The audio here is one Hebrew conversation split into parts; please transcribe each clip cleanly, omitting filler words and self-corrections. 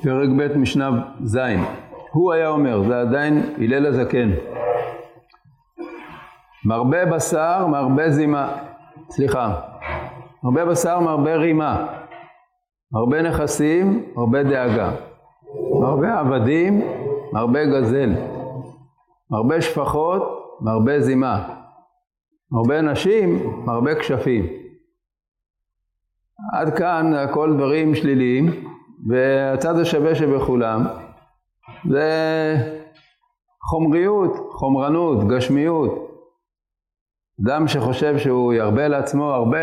פרק ב' משנה ז'. הוא היה אומר, זה עדיין הלל הזקן, מרבה בשר מרבה מרבה בשר מרבה רימה, מרבה נכסים מרבה דאגה, מרבה עבדים מרבה גזל, מרבה שפחות מרבה זימה, מרבה נשים מרבה כשפים. עד כאן הכל דברים שליליים, והצד השווה שבכולם זה חומריות, חומרנות, גשמיות. אדם שחושב שהוא ירבה לעצמו הרבה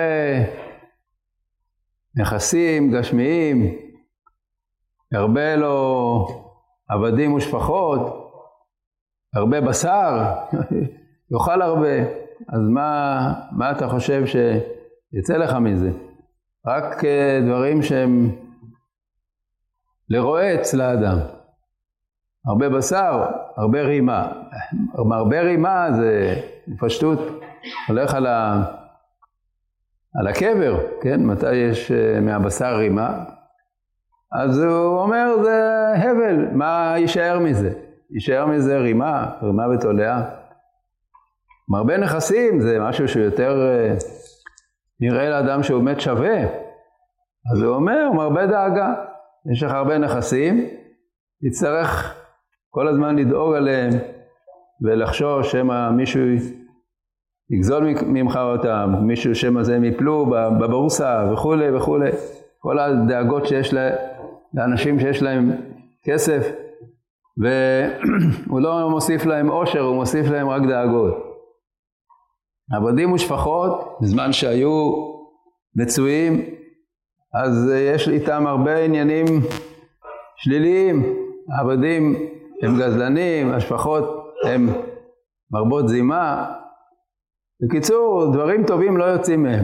נכסים גשמיים, ירבה לו עבדים ושפחות, הרבה בשר, יאכל הרבה. אז מה אתה חושב שיצא לך מזה? רק דברים שהם לרועץ לאדם. הרבה בשר, הרבה רימה. הרבה רימה זה פשטות, הולך על הקבר, כן? מתי יש מהבשר רימה? אז הוא אומר זה הבל, מה יישאר מזה? יישאר מזה רימה ותולעה. מרבה נכסים זה משהו שיותר נראה לאדם שהוא באמת שווה. אז הוא אומר, מרבה דאגה. יש לך הרבה נכסים, תצטרך כל הזמן לדאוג עליהם ולחשוש שמא מישהו יגזול ממך אותם, מישהו שמא זה יפלו בבורסה וכו' וכו'. כל הדאגות שיש לאנשים שיש להם כסף, והוא לא מוסיף להם עושר, הוא מוסיף להם רק דאגות. עבדים ושפחות, בזמן שהיו מצויים, אז יש איתם הרבה עניינים שליליים. העבדים הם גזלנים, השפחות הם מרבות זימה. בקיצור, דברים טובים לא יוצאים מהם.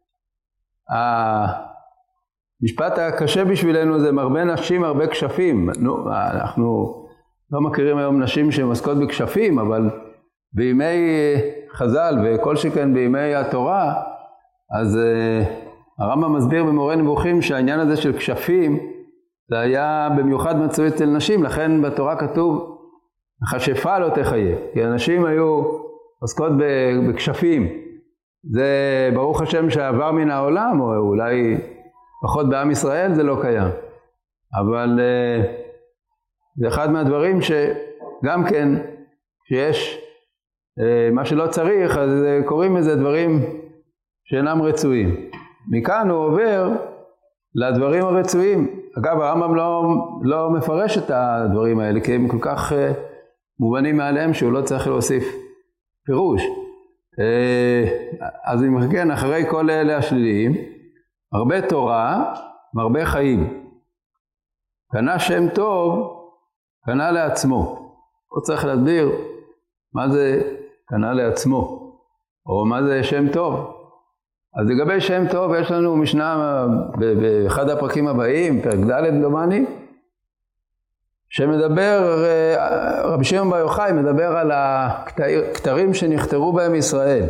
המשפט הקשה בשבילנו זה מרבה נשים, הרבה כשפים. אנחנו לא מכירים היום נשים שמעסקות בכשפים, אבל בימי חז"ל וכל שכן בימי התורה, אז הרמב"ם מסביר במורה נבוכים שהעניין הזה של כשפים זה היה במיוחד מצוי אצל נשים, לכן בתורה כתוב מכשפה לא תחיה, כי הנשים היו עוסקות בכשפים. זה ברוך השם שעבר מן העולם, או אולי פחות בעם ישראל זה לא קיים, אבל זה אחד מהדברים שגם כן שיש מה שלא צריך, אז קוראים לזה דברים שאינם רצויים. מכאן הוא עובר לדברים הרצויים. אגב, הרמב"ם לא מפרש את הדברים האלה, כי הם כל כך מובנים מעליהם שהוא לא צריך להוסיף פירוש. אז אם כן, אחרי כל אלה השליליים, הרבה תורה, הרבה חיים. קנה שם טוב, קנה לעצמו. הוא צריך להסביר מה זה קנה לעצמו, או מה זה שם טוב. אז לגבי שם טוב יש לנו משנה באחד הפרקים הבאים, פרק ד' דומני, שמדבר, רבי שמעון בר יוחאי מדבר על הכתרים שנכתרו בהם ישראל.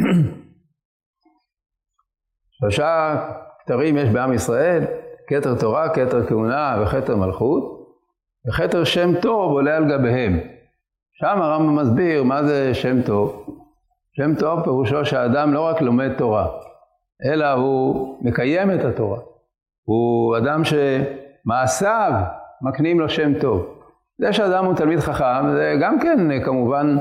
3 כתרים יש בעם ישראל, כתר תורה, כתר כהונה וכתר מלכות, וכתר שם טוב עולה על גביהם. שם הרמב"ם מסביר מה זה שם טוב. שם טוב פירושו שהאדם לא רק לומד תורה, אלא הוא מקיים את התורה. הוא אדם שמעשיו מקנים לו שם טוב. זה שאדם הוא תלמיד חכם, זה גם כן כמובן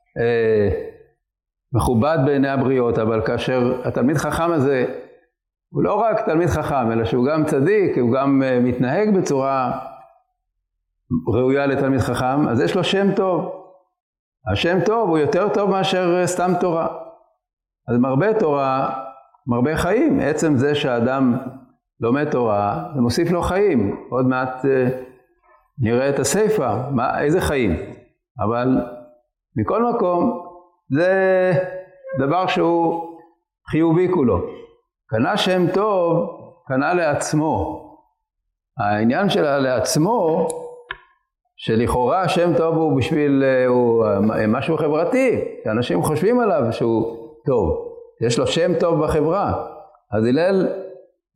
מכובד בעיני הבריות, אבל כאשר התלמיד חכם הזה הוא לא רק תלמיד חכם, אלא שהוא גם צדיק, הוא גם מתנהג בצורה ראויה לתלמיד חכם, אז יש לו שם טוב. השם טוב הוא יותר טוב מאשר סתם תורה. אז מרבה תורה, מרבה חיים. עצם זה שהאדם לומד תורה, זה מוסיף לו חיים. עוד מעט נראה את הספר, איזה חיים. אבל מכל מקום, זה דבר שהוא חיובי כולו. קנה שם טוב, קנה לעצמו. העניין שלה לעצמו, שלכאורה שם טוב הוא הוא משהו חברתי, שאנשים חושבים עליו שהוא טוב, יש לו שם טוב בחברה. אז הלל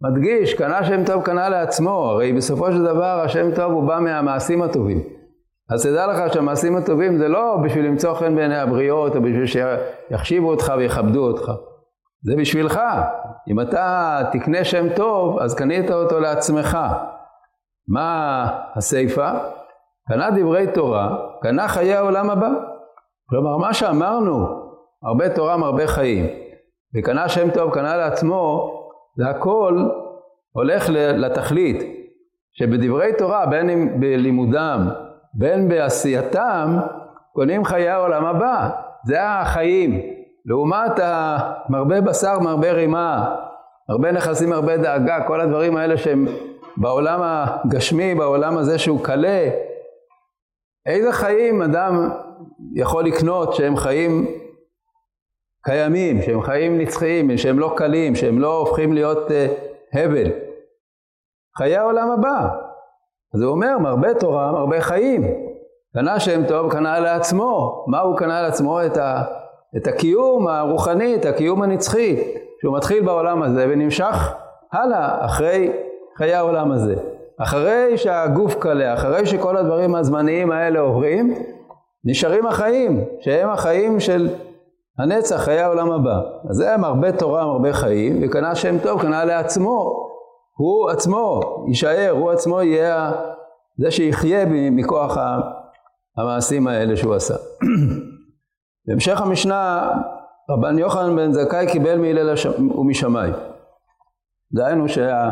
מדגיש, קנה שם טוב קנה לעצמו, הרי בסופו של דבר השם טוב הוא בא מהמעשים הטובים. אז תדע לך שהמעשים הטובים זה לא בשביל למצוא חן בעיני הבריות, או בשביל שיחשיבו אותך ויכבדו אותך. זה בשבילך. אם אתה תקנה שם טוב, אז קנית אותו לעצמך. מה הסיפה? קנה דברי תורה, קנה חיי העולם הבא. כלומר, מה שאמרנו, הרבה תורה מרבה חיים, וקנה שם טוב קנה לעצמו, זה הכל הולך לתכלית, שבדברי תורה, בין אם בלימודם, בין בעשייתם, קונים חיי העולם הבא. זה החיים. לעומת מרבה בשר, מרבה רימה, הרבה נכסים, הרבה דאגה, כל הדברים האלה שהם בעולם הגשמי, בעולם הזה שהוא קלה. איזה חיים אדם יכול לקנות שהם חיים קיימים, שהם חיים נצחיים, שהם לא קלים, שהם לא הופכים להיות הבל? חיי העולם הבא. אז הוא אומר, מרבה תורה, מרבה חיים. קנה שם טוב, קנה לעצמו. מה הוא קנה לעצמו? את הקיום הרוחני, את הקיום הנצחי, שהוא מתחיל בעולם הזה ונמשך הלאה אחרי חיי העולם הזה. אחרי שהגוף קלה, אחרי שכל הדברים הזמניים האלה עוברים, נשארים החיים, שהם החיים של הנצח, חיי העולם הבא. אז זה מרבה תורה, מרבה חיים, וקנה שם טוב, קנה לעצמו. הוא עצמו יישאר, הוא עצמו יהיה זה שיחיה מכוח המעשים האלה שהוא עשה. בהמשך המשנה, רבן יוחנן בן זכאי קיבל מהלל ומשמאי. דהיינו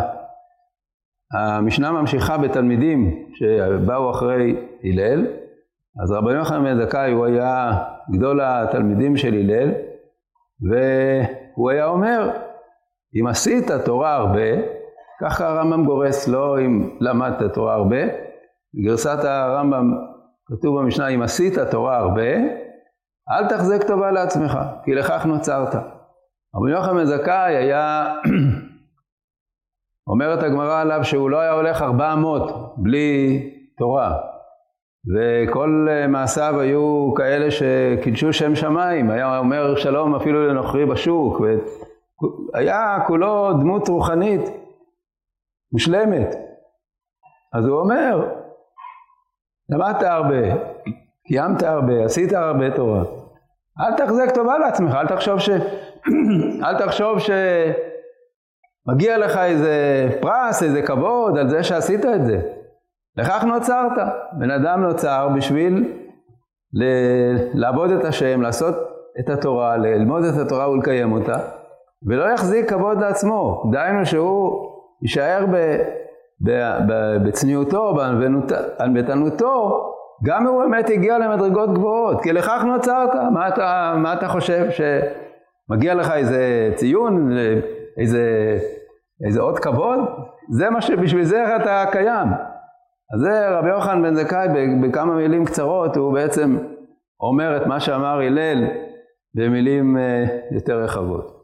שהמשנה ממשיכה בתלמידים שבאו אחרי הלל, אז רבן יוחנן בן זכאי הוא היה גדול התלמידים של הלל, והוא היה אומר, אם עשית תורה הרבה, ככה הרמב"ם גורס לו, אם למדת תורה הרבה, בגרסת הרמב"ם כתוב במשנה, אם עשית תורה הרבה, אל תחזק טובה לעצמך, כי לכך נוצרת. רבי יוחנן בן זכאי היה, אומרת הגמרא עליו שהוא לא היה הולך 400 בלי תורה, וכל מעשיו היו כאלה שקידשו שם שמיים, היה אומר שלום אפילו לנוכרי בשוק, היה כולו דמות רוחנית מושלמת. אז הוא אומר, למדת הרבה, קיימת הרבה, עשית הרבה תורה. אל תחזק טובה לעצמך, אל תחשוב שמגיע לך איזה פרס, איזה כבוד על זה שעשית את זה. לכך נוצרת. בן אדם נוצר בשביל לעבוד את השם, לעשות את התורה, ללמוד את התורה ולקיים אותה, ולא יחזיק כבוד לעצמו. דהיינו שהוא יישאר בצניעותו, בענוותנותו, גם הוא באמת הגיע למדרגות גבוהות, כי לכך נוצרת. מה אתה חושב, שמגיע לך איזה ציון, איזה עוד כבוד? זה מה שבשביל זה אתה קיים. אז זה רבי יוחנן בן זכאי בכמה מילים קצרות, הוא בעצם אומר את מה שאמר הלל במילים יותר רחבות.